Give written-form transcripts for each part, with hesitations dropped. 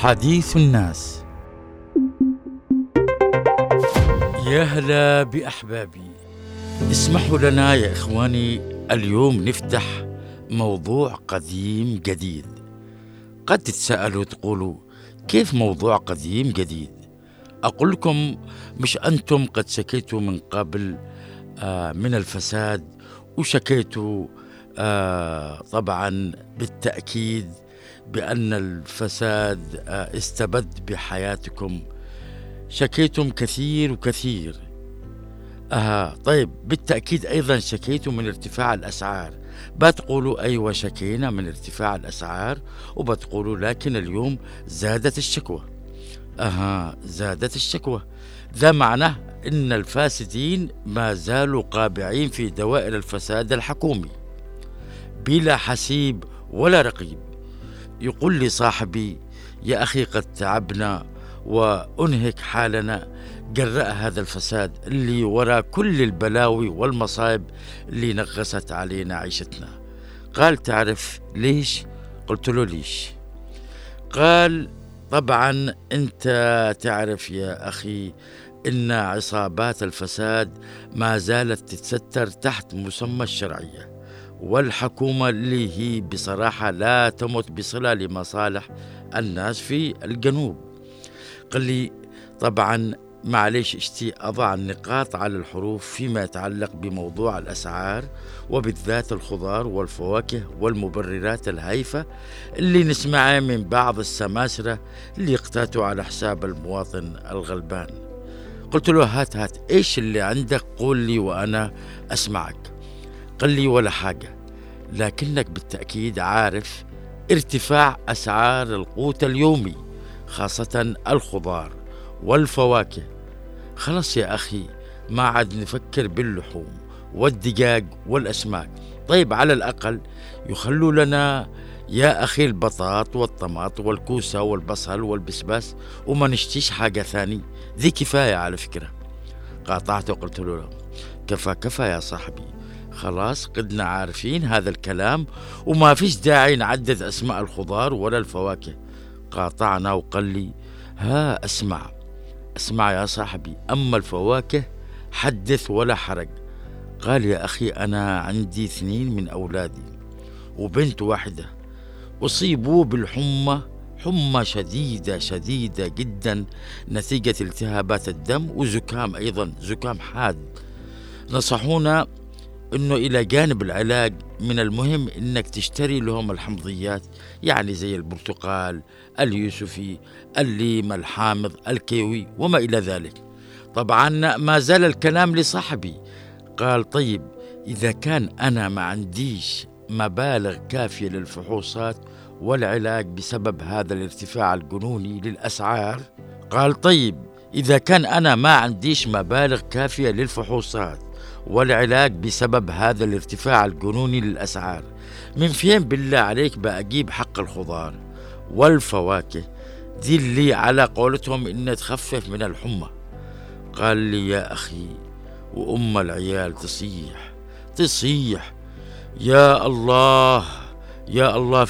حديث الناس. يا هلا بأحبابي، اسمحوا لنا يا إخواني اليوم نفتح موضوع قديم جديد. قد تتساءلوا تقولوا كيف موضوع قديم جديد؟ أقول لكم مش أنتم قد شكيتوا من قبل من الفساد وشكيتوا طبعا بالتأكيد بأن الفساد استبد بحياتكم، شكيتم كثير وكثير. طيب بالتأكيد أيضا شكيتم من ارتفاع الأسعار، بتقولوا أيوة شكينا من ارتفاع الأسعار، وبتقولوا لكن اليوم زادت الشكوى. زادت الشكوى، ذا معناه إن الفاسدين ما زالوا قابعين في دوائر الفساد الحكومي بلا حسيب ولا رقيب. يقول لي صاحبي يا أخي قد تعبنا وأنهك حالنا جراء هذا الفساد اللي وراء كل البلاوي والمصائب اللي نغصت علينا عيشتنا. قال تعرف ليش؟ قلت له ليش؟ قال طبعا أنت تعرف يا أخي إن عصابات الفساد ما زالت تتستر تحت مسمى الشرعية، والحكومة اللي هي بصراحة لا تمت بصلة لمصالح الناس في الجنوب. قال لي طبعا معليش اشتي أضع النقاط على الحروف فيما يتعلق بموضوع الأسعار، وبالذات الخضار والفواكه والمبررات الهايفة اللي نسمعها من بعض السماسرة اللي يقتاتوا على حساب المواطن الغلبان. قلت له هات ايش اللي عندك قول لي وأنا أسمعك. قال لي ولا حاجة، لكنك بالتأكيد عارف ارتفاع أسعار القوت اليومي خاصة الخضار والفواكه. خلاص يا أخي ما عاد نفكر باللحوم والدجاج والأسماك. طيب على الأقل يخلوا لنا يا أخي البطاط والطماط والكوسة والبصل والبسباس وما نشتيش حاجة ثاني، ذي كفاية على فكرة. قاطعته قلت له كفى يا صاحبي، خلاص قدنا عارفين هذا الكلام وما فيش داعي نعدد أسماء الخضار ولا الفواكه. قاطعنا وقال لي اسمع يا صاحبي، أما الفواكه حدث ولا حرج. قال يا أخي أنا عندي 2 من أولادي وبنت واحدة أصيبوا حمى شديدة جدا نتيجة التهابات الدم وزكام، أيضا زكام حاد. نصحونا انه الى جانب العلاج من المهم انك تشتري لهم الحمضيات، يعني زي البرتقال، اليوسفي، الليم الحامض، الكيوي وما الى ذلك. طبعا ما زال الكلام لصاحبي. قال طيب اذا كان انا ما عنديش مبالغ كافية للفحوصات والعلاج بسبب هذا الارتفاع الجنوني للأسعار، قال طيب إذا كان أنا ما عنديش مبالغ كافية للفحوصات والعلاج بسبب هذا الارتفاع الجنوني للأسعار، من فين بالله عليك بأجيب حق الخضار والفواكه دي اللي على قولتهم إنها تخفف من الحمى؟ قال لي يا أخي وأم العيال تصيح يا الله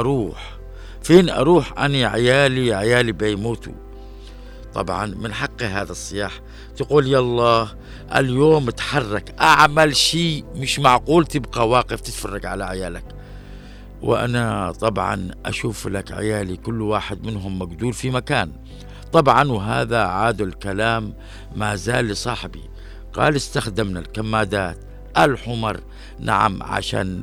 فين أروح أنا عيالي بيموتوا. طبعا من حق هذا الصياح تقول يلا اليوم اتحرك اعمل شيء، مش معقول تبقى واقف تتفرج على عيالك. وانا طبعا اشوف لك عيالي كل واحد منهم مقدور في مكان. طبعا وهذا عاد الكلام ما زال لصاحبي. قال استخدمنا الكمادات الحمر نعم عشان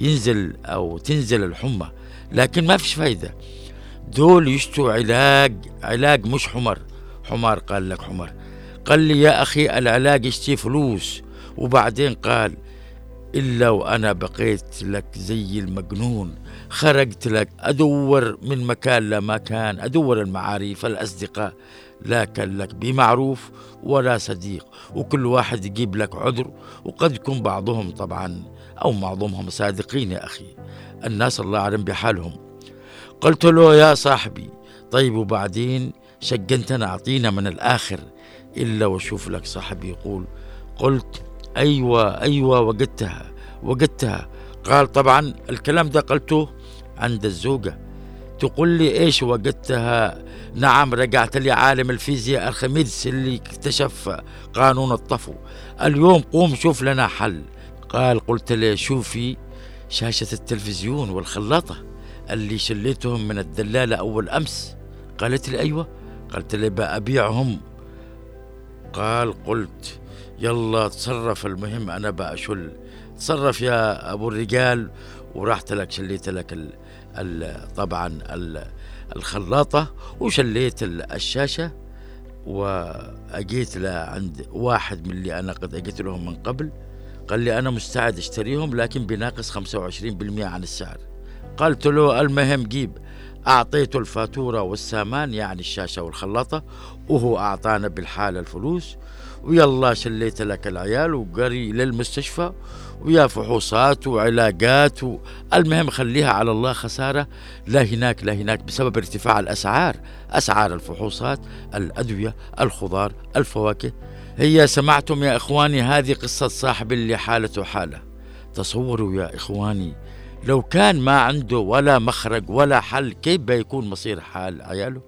تنزل الحمى، لكن ما فيش فايدة، دول يشتوا علاج مش حمر. قال لك حمر؟ قال لي يا أخي العلاج يشتي فلوس. وبعدين قال إلا وأنا بقيت لك زي المجنون، خرجت لك أدور من مكان لمكان، أدور المعارف الأصدقاء، لا كان لك بمعروف ولا صديق، وكل واحد يجيب لك عذر، وقد يكون بعضهم طبعا أو معظمهم صادقين يا أخي، الناس الله أعلم بحالهم. قلت له يا صاحبي طيب وبعدين شجنتنا أعطينا من الآخر. إلا وشوف لك صاحبي يقول قلت أيوة وجدتها. قال طبعا الكلام ده قلته عند الزوجة، تقول لي إيش وقتها؟ نعم، رجعت لي عالم الفيزياء أرخميدس اللي اكتشف قانون الطفو. اليوم قوم شوف لنا حل. قلت له شوفي شاشة التلفزيون والخلاطة اللي شليتهم من الدلالة أول أمس. قالت لي أيوة. قلت لي بأبيعهم. قلت يلا تصرف، المهم أنا بأشل. تصرف يا أبو الرجال. ورحت لك شليت لك طبعا الخلاطة، وشليت الشاشة، وأجيت لعند واحد من اللي أنا قد أجيت لهم من قبل. قال لي أنا مستعد أشتريهم لكن بناقص 25% عن السعر. قلت له المهم جيب. أعطيته الفاتورة والسامان، يعني الشاشة والخلاطة، وهو أعطانا بالحالة الفلوس. ويلا شليت لك العيال وقري للمستشفى، ويا فحوصات وعلاجات المهم خليها على الله، خسارة لا هناك لا هناك بسبب ارتفاع الأسعار، أسعار الفحوصات، الأدوية، الخضار، الفواكه. هي سمعتم يا إخواني هذه قصة صاحب اللي حالته حالة. تصوروا يا إخواني لو كان ما عنده ولا مخرج ولا حل، كيف بيكون مصير حال عياله؟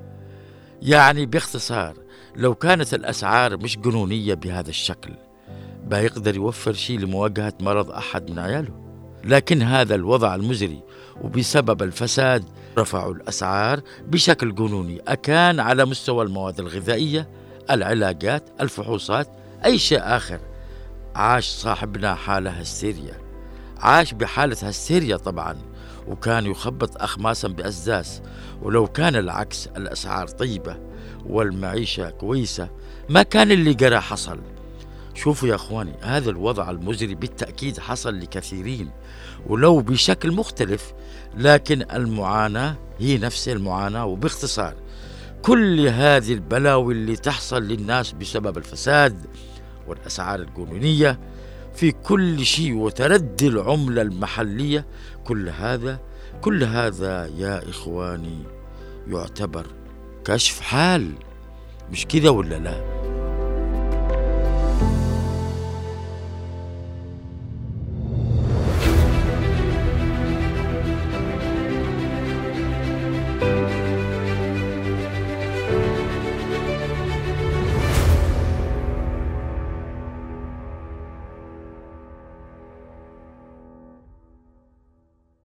يعني باختصار، لو كانت الأسعار مش جنونية بهذا الشكل بيقدر يوفر شيء لمواجهة مرض أحد من عياله. لكن هذا الوضع المزري، وبسبب الفساد رفعوا الأسعار بشكل جنوني، أكان على مستوى المواد الغذائية، العلاجات، الفحوصات، أي شيء آخر. عاش صاحبنا حالة هستيريا، عاش بحالة هستيريا طبعا، وكان يخبط أخماسا بأسداس. ولو كان العكس، الأسعار طيبة والمعيشة كويسة، ما كان اللي جرى حصل. شوفوا يا أخواني، هذا الوضع المزري بالتأكيد حصل لكثيرين ولو بشكل مختلف، لكن المعاناة هي نفس المعاناة. وباختصار، كل هذه البلاوي اللي تحصل للناس بسبب الفساد والأسعار الجنونية في كل شيء وتردي العملة المحلية، كل هذا يا إخواني يعتبر كشف حال، مش كده ولا لا؟